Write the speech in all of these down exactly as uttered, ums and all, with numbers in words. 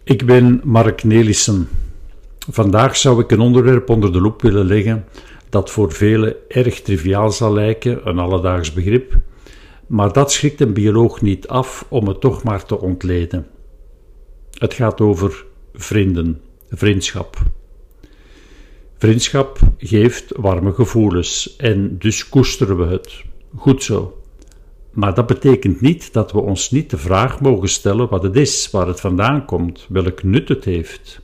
Ik ben Mark Nelissen. Vandaag zou ik een onderwerp onder de loep willen leggen dat voor velen erg triviaal zal lijken, een alledaags begrip, maar dat schrikt een bioloog niet af om het toch maar te ontleden. Het gaat over vrienden, vriendschap. Vriendschap geeft warme gevoelens en dus koesteren we het. Goed zo. Maar dat betekent niet dat we ons niet de vraag mogen stellen wat het is, waar het vandaan komt, welk nut het heeft.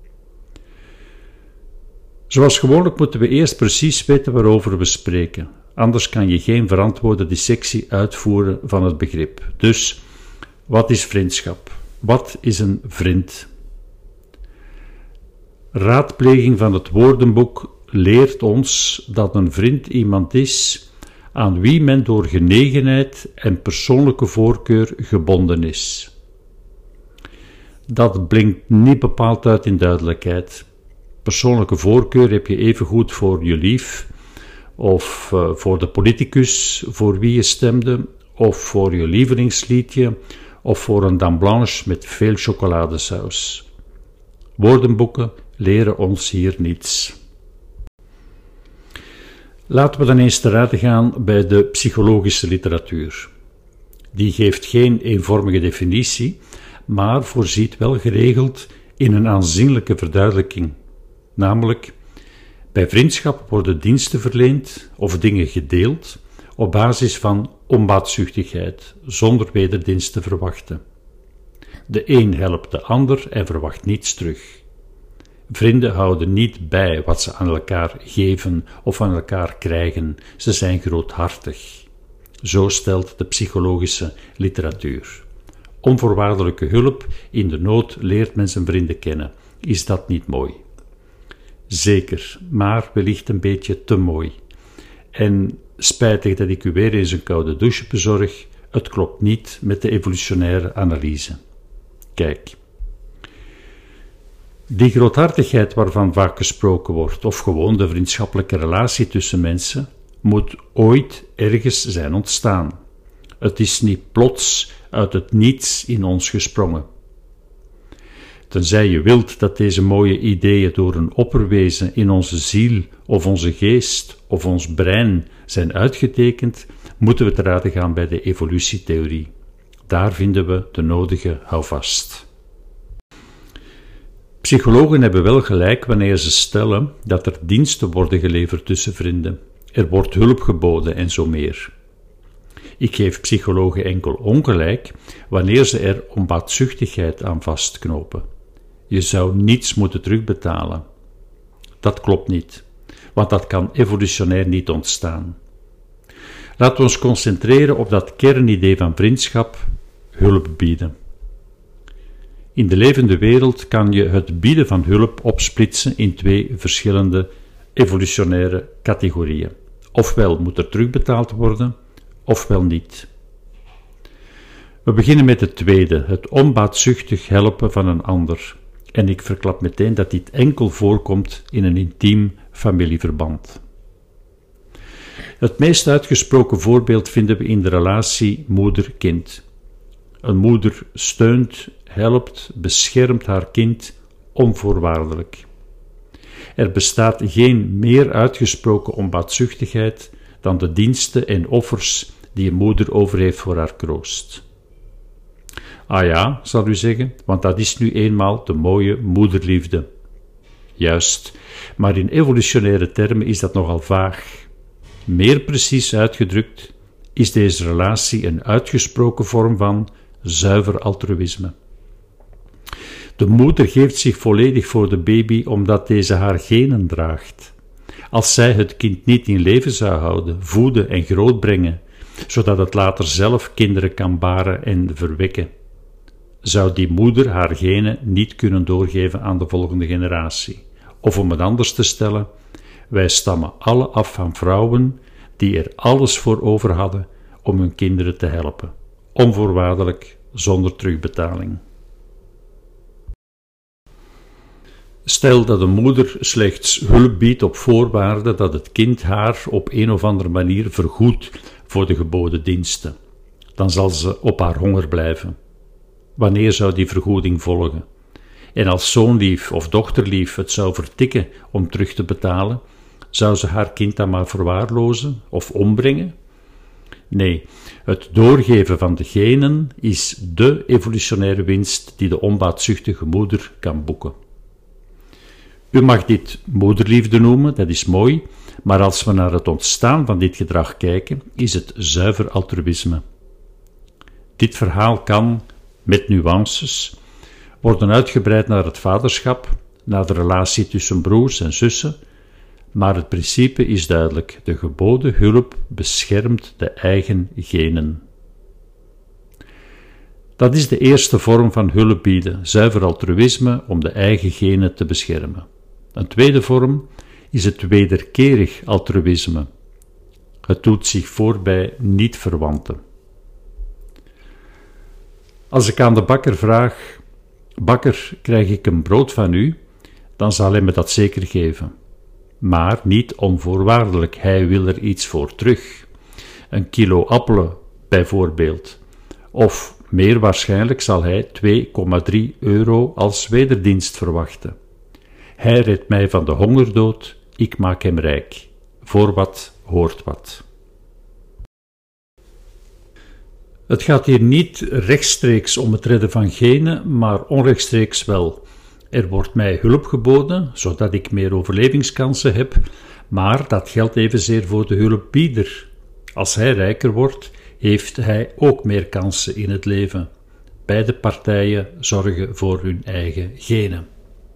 Zoals gewoonlijk moeten we eerst precies weten waarover we spreken, anders kan je geen verantwoorde dissectie uitvoeren van het begrip. Dus, wat is vriendschap? Wat is een vriend? Raadpleging van het woordenboek leert ons dat een vriend iemand is aan wie men door genegenheid en persoonlijke voorkeur gebonden is. Dat blinkt niet bepaald uit in duidelijkheid. Persoonlijke voorkeur heb je evengoed voor je lief, of uh, voor de politicus voor wie je stemde, of voor je lievelingsliedje, of voor een dame blanche met veel chocoladesaus. Woordenboeken leren ons hier niets. Laten we dan eens te raden gaan bij de psychologische literatuur. Die geeft geen eenvormige definitie, maar voorziet wel geregeld in een aanzienlijke verduidelijking. Namelijk, bij vriendschap worden diensten verleend of dingen gedeeld op basis van onbaatzuchtigheid, zonder wederdienst te verwachten. De een helpt de ander en verwacht niets terug. Vrienden houden niet bij wat ze aan elkaar geven of aan elkaar krijgen, ze zijn groothartig. Zo stelt de psychologische literatuur. Onvoorwaardelijke hulp in de nood leert men zijn vrienden kennen. Is dat niet mooi? Zeker, maar wellicht een beetje te mooi. En spijtig dat ik u weer eens een koude douche bezorg, het klopt niet met de evolutionaire analyse. Kijk. Die groothartigheid waarvan vaak gesproken wordt, of gewoon de vriendschappelijke relatie tussen mensen, moet ooit ergens zijn ontstaan. Het is niet plots uit het niets in ons gesprongen. Tenzij je wilt dat deze mooie ideeën door een opperwezen in onze ziel of onze geest of ons brein zijn uitgetekend, moeten we te raden gaan bij de evolutietheorie. Daar vinden we de nodige houvast. Psychologen hebben wel gelijk wanneer ze stellen dat er diensten worden geleverd tussen vrienden. Er wordt hulp geboden en zo meer. Ik geef psychologen enkel ongelijk wanneer ze er onbaatzuchtigheid aan vastknopen. Je zou niets moeten terugbetalen. Dat klopt niet, want dat kan evolutionair niet ontstaan. Laten we ons concentreren op dat kernidee van vriendschap, hulp bieden. In de levende wereld kan je het bieden van hulp opsplitsen in twee verschillende evolutionaire categorieën. Ofwel moet er terugbetaald worden, ofwel niet. We beginnen met het tweede, het onbaatzuchtig helpen van een ander. En ik verklap meteen dat dit enkel voorkomt in een intiem familieverband. Het meest uitgesproken voorbeeld vinden we in de relatie moeder-kind. Een moeder steunt, helpt, beschermt haar kind onvoorwaardelijk. Er bestaat geen meer uitgesproken onbaatzuchtigheid dan de diensten en offers die een moeder over heeft voor haar kroost. Ah ja, zal u zeggen, want dat is nu eenmaal de mooie moederliefde. Juist, maar in evolutionaire termen is dat nogal vaag. Meer precies uitgedrukt is deze relatie een uitgesproken vorm van zuiver altruïsme. De moeder geeft zich volledig voor de baby omdat deze haar genen draagt. Als zij het kind niet in leven zou houden, voeden en grootbrengen, zodat het later zelf kinderen kan baren en verwekken, zou die moeder haar genen niet kunnen doorgeven aan de volgende generatie. Of om het anders te stellen, wij stammen alle af van vrouwen die er alles voor over hadden om hun kinderen te helpen, onvoorwaardelijk, zonder terugbetaling. Stel dat een moeder slechts hulp biedt op voorwaarde dat het kind haar op een of andere manier vergoedt voor de geboden diensten. Dan zal ze op haar honger blijven. Wanneer zou die vergoeding volgen? en als zoonlief of dochterlief het zou vertikken om terug te betalen, zou ze haar kind dan maar verwaarlozen of ombrengen? Nee, het doorgeven van de genen is de evolutionaire winst die de onbaatzuchtige moeder kan boeken. U mag dit moederliefde noemen, dat is mooi, maar als we naar het ontstaan van dit gedrag kijken, is het zuiver altruïsme. Dit verhaal kan, met nuances, worden uitgebreid naar het vaderschap, naar de relatie tussen broers en zussen, maar het principe is duidelijk: de geboden hulp beschermt de eigen genen. Dat is de eerste vorm van hulp bieden, zuiver altruïsme om de eigen genen te beschermen. Een tweede vorm is het wederkerig altruïsme. Het doet zich voor bij niet-verwanten. Als ik aan de bakker vraag: bakker, krijg ik een brood van u? Dan zal hij me dat zeker geven. Maar niet onvoorwaardelijk, hij wil er iets voor terug. Een kilo appelen bijvoorbeeld. Of meer waarschijnlijk zal hij twee komma drie euro als wederdienst verwachten. Hij redt mij van de hongerdood, ik maak hem rijk. Voor wat hoort wat. Het gaat hier niet rechtstreeks om het redden van genen, maar onrechtstreeks wel. Er wordt mij hulp geboden, zodat ik meer overlevingskansen heb, maar dat geldt evenzeer voor de hulpbieder. Als hij rijker wordt, heeft hij ook meer kansen in het leven. Beide partijen zorgen voor hun eigen genen.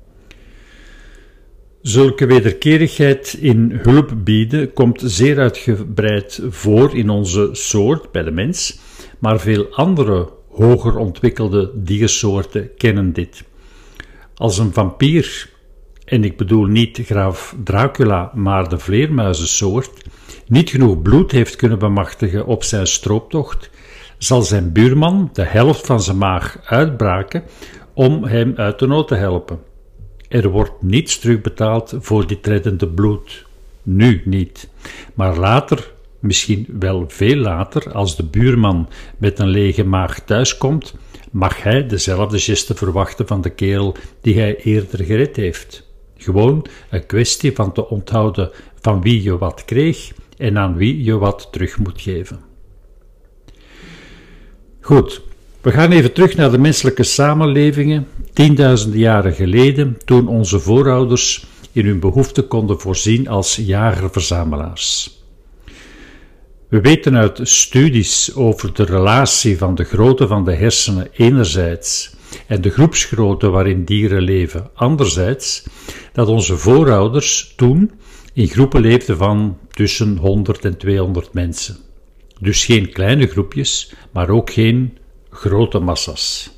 Zulke wederkerigheid in hulp bieden komt zeer uitgebreid voor in onze soort, bij de mens, maar veel andere hoger ontwikkelde diersoorten kennen dit. Als een vampier, en ik bedoel niet graaf Dracula, maar de vleermuizensoort, niet genoeg bloed heeft kunnen bemachtigen op zijn strooptocht, zal zijn buurman de helft van zijn maag uitbraken om hem uit de nood te helpen. Er wordt niets terugbetaald voor dit reddende bloed. Nu niet. Maar later, misschien wel veel later, als de buurman met een lege maag thuiskomt, mag hij dezelfde geste verwachten van de kerel die hij eerder gered heeft. Gewoon een kwestie van te onthouden van wie je wat kreeg en aan wie je wat terug moet geven. Goed, we gaan even terug naar de menselijke samenlevingen, tienduizenden jaren geleden, toen onze voorouders in hun behoeften konden voorzien als jager-verzamelaars. We weten uit studies over de relatie van de grootte van de hersenen enerzijds en de groepsgrootte waarin dieren leven anderzijds, dat onze voorouders toen in groepen leefden van tussen honderd en tweehonderd mensen. Dus geen kleine groepjes, maar ook geen grote massa's.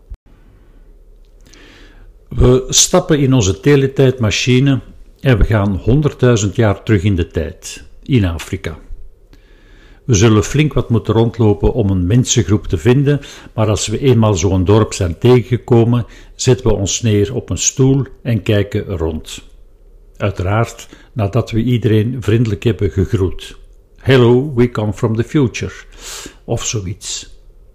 We stappen in onze teletijdmachine en we gaan honderdduizend jaar terug in de tijd, in Afrika. We zullen flink wat moeten rondlopen om een mensengroep te vinden, maar als we eenmaal zo'n dorp zijn tegengekomen, zetten we ons neer op een stoel en kijken rond. Uiteraard nadat we iedereen vriendelijk hebben gegroet. Hello, we come from the future. Of zoiets.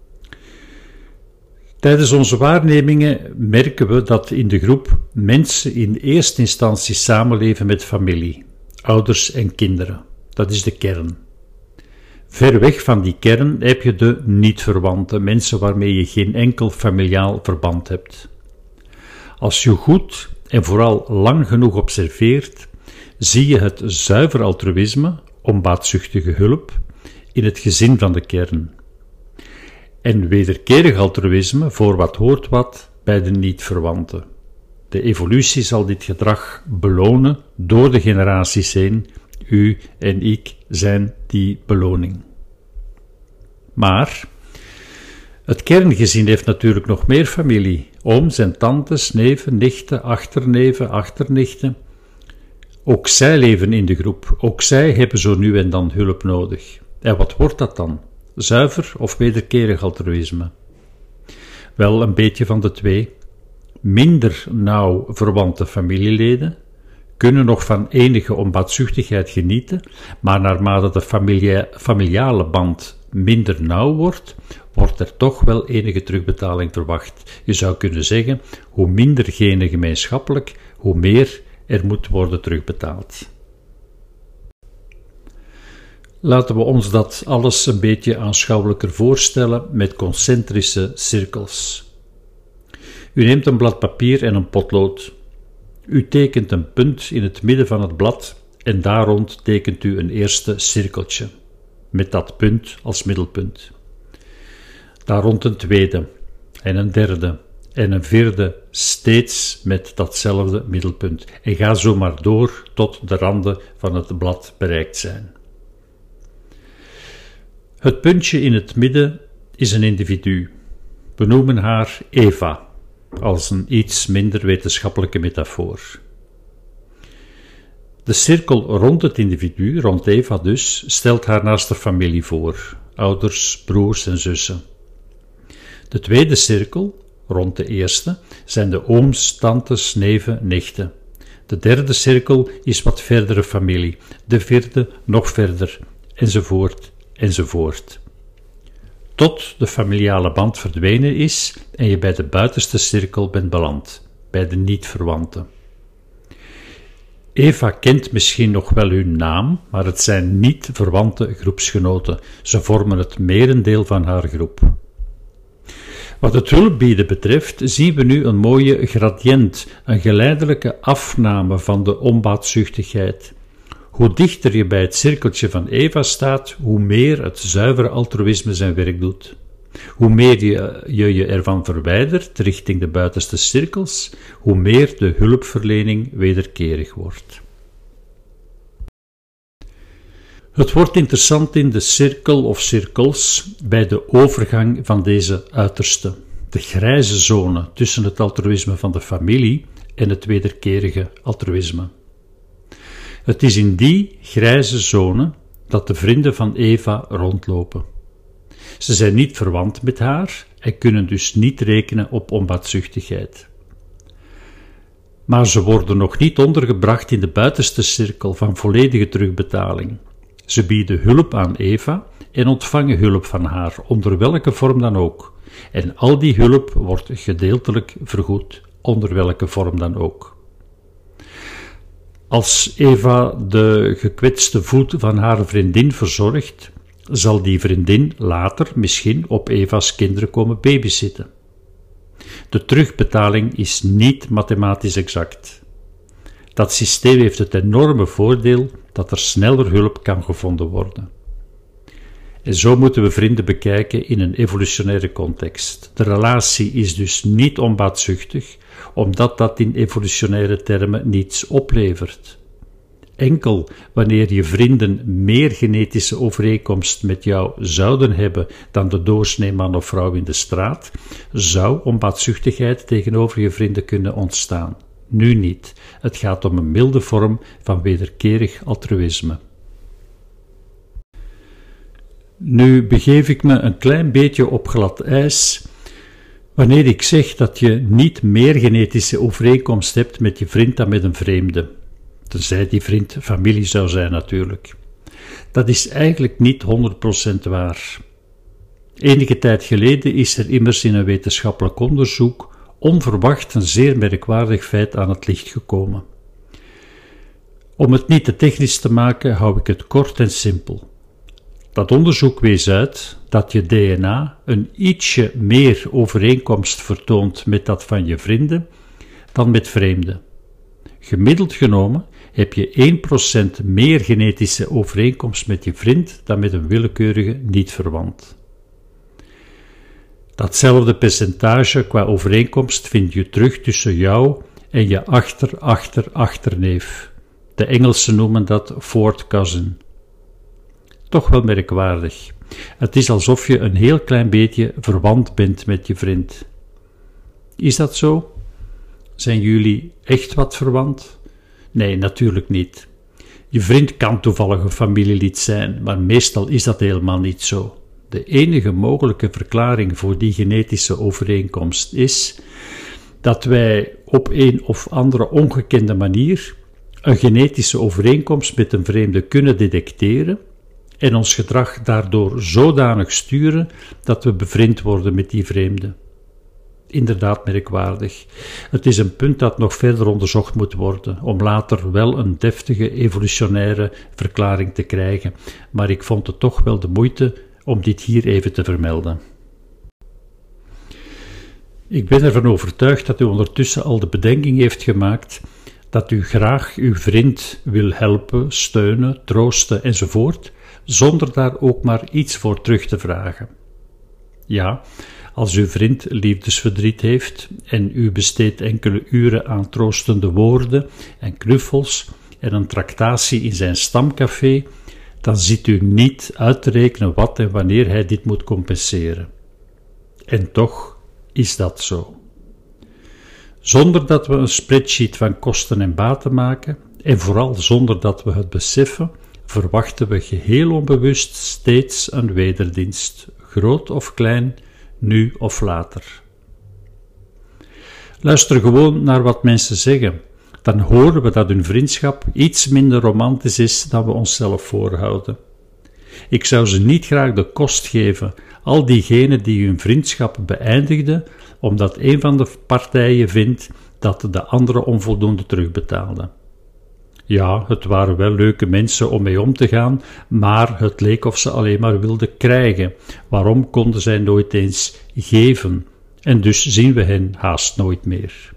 Tijdens onze waarnemingen merken we dat in de groep mensen in eerste instantie samenleven met familie, ouders en kinderen. Dat is de kern. Ver weg van die kern heb je de niet-verwanten, mensen waarmee je geen enkel familiaal verband hebt. Als je goed en vooral lang genoeg observeert, zie je het zuiver altruïsme, onbaatzuchtige hulp, in het gezin van de kern. En wederkerig altruïsme, voor wat hoort wat, bij de niet-verwanten. De evolutie zal dit gedrag belonen door de generaties heen. U en ik zijn die beloning. Maar het kerngezin heeft natuurlijk nog meer familie. Ooms en tantes, neven, nichten, achterneven, achternichten. Ook zij leven in de groep. Ook zij hebben zo nu en dan hulp nodig. En wat wordt dat dan? Zuiver of wederkerig altruïsme? Wel, een beetje van de twee. Minder nauw verwante familieleden kunnen nog van enige onbaatzuchtigheid genieten, maar naarmate de familia familiale band minder nauw wordt, wordt er toch wel enige terugbetaling verwacht. Je zou kunnen zeggen, hoe minder genen gemeenschappelijk, hoe meer er moet worden terugbetaald. Laten we ons dat alles een beetje aanschouwelijker voorstellen met concentrische cirkels. U neemt een blad papier en een potlood. U tekent een punt in het midden van het blad en daar rond tekent u een eerste cirkeltje, met dat punt als middelpunt. Daar rond een tweede en een derde en een vierde, steeds met datzelfde middelpunt. En ga zo maar door tot de randen van het blad bereikt zijn. Het puntje in het midden is een individu. We noemen haar Eva, als een iets minder wetenschappelijke metafoor. De cirkel rond het individu, rond Eva dus, stelt haar naaste familie voor, ouders, broers en zussen. De tweede cirkel, rond de eerste, zijn de ooms, tantes, neven, nichten. De derde cirkel is wat verdere familie, de vierde nog verder, enzovoort, enzovoort. Tot de familiale band verdwenen is en je bij de buitenste cirkel bent beland, bij de niet-verwanten. Eva kent misschien nog wel hun naam, maar het zijn niet verwante groepsgenoten. Ze vormen het merendeel van haar groep. Wat het hulpbieden betreft, zien we nu een mooie gradient, een geleidelijke afname van de onbaatzuchtigheid. Hoe dichter je bij het cirkeltje van Eva staat, hoe meer het zuivere altruïsme zijn werk doet. Hoe meer je je, je ervan verwijdert richting de buitenste cirkels, hoe meer de hulpverlening wederkerig wordt. Het wordt interessant in de cirkel of cirkels bij de overgang van deze uiterste, de grijze zone tussen het altruïsme van de familie en het wederkerige altruïsme. Het is in die grijze zone dat de vrienden van Eva rondlopen. Ze zijn niet verwant met haar en kunnen dus niet rekenen op onbaatzuchtigheid. Maar ze worden nog niet ondergebracht in de buitenste cirkel van volledige terugbetaling. Ze bieden hulp aan Eva en ontvangen hulp van haar, onder welke vorm dan ook. En al die hulp wordt gedeeltelijk vergoed, onder welke vorm dan ook. Als Eva de gekwetste voet van haar vriendin verzorgt, zal die vriendin later misschien op Eva's kinderen komen babysitten. De terugbetaling is niet mathematisch exact. Dat systeem heeft het enorme voordeel dat er sneller hulp kan gevonden worden. En zo moeten we vrienden bekijken in een evolutionaire context. De relatie is dus niet onbaatzuchtig, omdat dat in evolutionaire termen niets oplevert. Enkel wanneer je vrienden meer genetische overeenkomst met jou zouden hebben dan de doorsnee man of vrouw in de straat, zou onbaatzuchtigheid tegenover je vrienden kunnen ontstaan. Nu niet. Het gaat om een milde vorm van wederkerig altruïsme. Nu begeef ik me een klein beetje op glad ijs wanneer ik zeg dat je niet meer genetische overeenkomst hebt met je vriend dan met een vreemde. Tenzij die vriend familie zou zijn natuurlijk. Dat is eigenlijk niet honderd procent waar. Enige tijd geleden is er immers in een wetenschappelijk onderzoek onverwacht een zeer merkwaardig feit aan het licht gekomen. Om het niet te technisch te maken, hou ik het kort en simpel. Dat onderzoek wees uit dat je D N A een ietsje meer overeenkomst vertoont met dat van je vrienden dan met vreemden. Gemiddeld genomen heb je één procent meer genetische overeenkomst met je vriend dan met een willekeurige niet-verwant. Datzelfde percentage qua overeenkomst vind je terug tussen jou en je achter-achter-achterneef. De Engelsen noemen dat fourth cousin. Toch wel merkwaardig. Het is alsof je een heel klein beetje verwant bent met je vriend. Is dat zo? Zijn jullie echt wat verwant? Nee, natuurlijk niet. Je vriend kan toevallig een familielid zijn, maar meestal is dat helemaal niet zo. De enige mogelijke verklaring voor die genetische overeenkomst is dat wij op een of andere ongekende manier een genetische overeenkomst met een vreemde kunnen detecteren en ons gedrag daardoor zodanig sturen dat we bevriend worden met die vreemde. Inderdaad merkwaardig. Het is een punt dat nog verder onderzocht moet worden, om later wel een deftige evolutionaire verklaring te krijgen, maar ik vond het toch wel de moeite om dit hier even te vermelden. Ik ben ervan overtuigd dat u ondertussen al de bedenking heeft gemaakt dat u graag uw vriend wil helpen, steunen, troosten enzovoort, zonder daar ook maar iets voor terug te vragen. Ja, als uw vriend liefdesverdriet heeft en u besteedt enkele uren aan troostende woorden en knuffels en een tractatie in zijn stamcafé, dan ziet u niet uit te rekenen wat en wanneer hij dit moet compenseren. En toch is dat zo. Zonder dat we een spreadsheet van kosten en baten maken, en vooral zonder dat we het beseffen, verwachten we geheel onbewust steeds een wederdienst, groot of klein, nu of later. Luister gewoon naar wat mensen zeggen, dan horen we dat hun vriendschap iets minder romantisch is dan we onszelf voorhouden. Ik zou ze niet graag de kost geven, al diegenen die hun vriendschap beëindigden, omdat een van de partijen vindt dat de andere onvoldoende terugbetaalde. Ja, het waren wel leuke mensen om mee om te gaan, maar het leek of ze alleen maar wilden krijgen. Waarom konden zij nooit eens geven? En dus zien we hen haast nooit meer.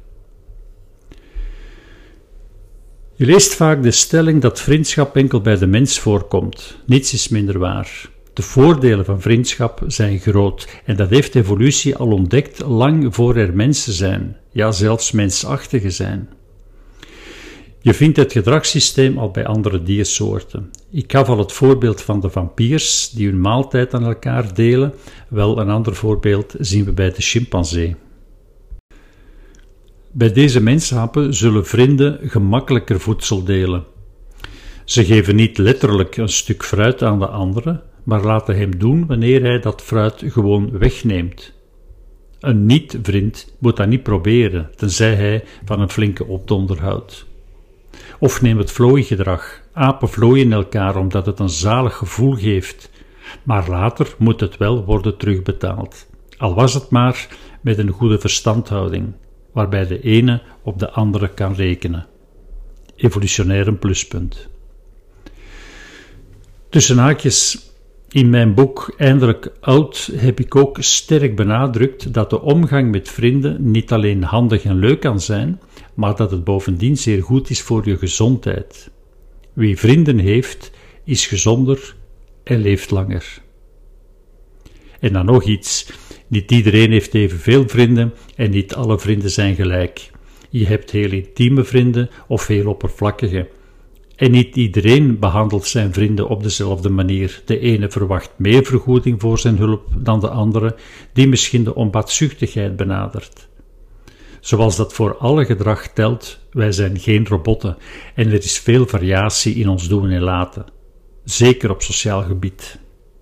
Je leest vaak de stelling dat vriendschap enkel bij de mens voorkomt. Niets is minder waar. De voordelen van vriendschap zijn groot en dat heeft evolutie al ontdekt lang voor er mensen zijn, ja zelfs mensachtigen zijn. Je vindt het gedragssysteem al bij andere diersoorten. Ik gaf al het voorbeeld van de vampiers die hun maaltijd aan elkaar delen, wel een ander voorbeeld zien we bij de chimpansee. Bij deze mensapen zullen vrienden gemakkelijker voedsel delen. Ze geven niet letterlijk een stuk fruit aan de andere, maar laten hem doen wanneer hij dat fruit gewoon wegneemt. Een niet-vriend moet dat niet proberen, tenzij hij van een flinke opdonder houdt. Of neem het vlooigedrag. Apen vlooien elkaar omdat het een zalig gevoel geeft, maar later moet het wel worden terugbetaald. Al was het maar met een goede verstandhouding, waarbij de ene op de andere kan rekenen. Evolutionair een pluspunt. Tussen haakjes, in mijn boek Eindelijk Oud heb ik ook sterk benadrukt dat de omgang met vrienden niet alleen handig en leuk kan zijn, maar dat het bovendien zeer goed is voor je gezondheid. Wie vrienden heeft, is gezonder en leeft langer. En dan nog iets, niet iedereen heeft evenveel vrienden en niet alle vrienden zijn gelijk. Je hebt heel intieme vrienden of heel oppervlakkige. En niet iedereen behandelt zijn vrienden op dezelfde manier. De ene verwacht meer vergoeding voor zijn hulp dan de andere, die misschien de onbaatzuchtigheid benadert. Zoals dat voor alle gedrag telt, wij zijn geen robotten en er is veel variatie in ons doen en laten. Zeker op sociaal gebied.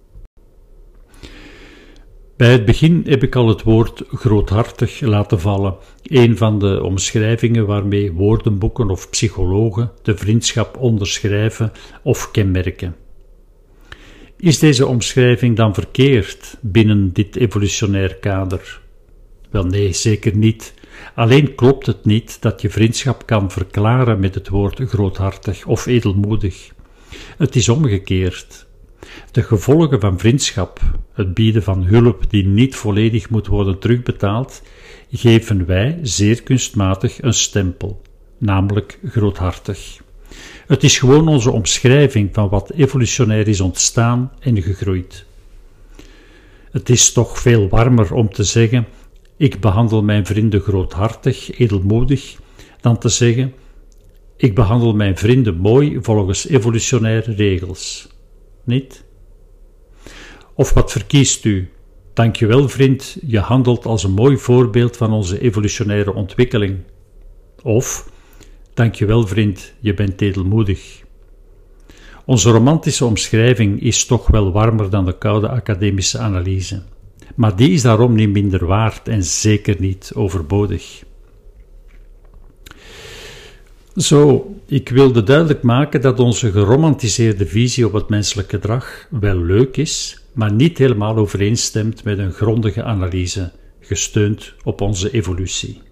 Bij het begin heb ik al het woord groothartig laten vallen, een van de omschrijvingen waarmee woordenboeken of psychologen de vriendschap onderschrijven of kenmerken. Is deze omschrijving dan verkeerd binnen dit evolutionair kader? Wel nee, zeker niet. Alleen klopt het niet dat je vriendschap kan verklaren met het woord groothartig of edelmoedig. Het is omgekeerd. De gevolgen van vriendschap, het bieden van hulp die niet volledig moet worden terugbetaald, geven wij zeer kunstmatig een stempel, namelijk groothartig. Het is gewoon onze omschrijving van wat evolutionair is ontstaan en gegroeid. Het is toch veel warmer om te zeggen: ik behandel mijn vrienden groothartig, edelmoedig, dan te zeggen: ik behandel mijn vrienden mooi volgens evolutionaire regels. Niet? Of wat verkiest u? Dankjewel vriend, je handelt als een mooi voorbeeld van onze evolutionaire ontwikkeling. Of, dankjewel vriend, je bent edelmoedig. Onze romantische omschrijving is toch wel warmer dan de koude academische analyse. Maar die is daarom niet minder waard en zeker niet overbodig. Zo, ik wilde duidelijk maken dat onze geromantiseerde visie op het menselijk gedrag wel leuk is, maar niet helemaal overeenstemt met een grondige analyse, gesteund op onze evolutie.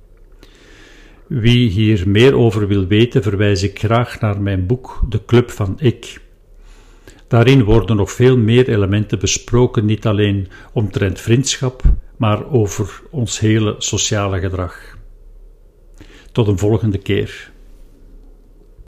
Wie hier meer over wil weten, verwijs ik graag naar mijn boek De Club van Ik. Daarin worden nog veel meer elementen besproken, niet alleen omtrent vriendschap, maar over ons hele sociale gedrag. Tot een volgende keer.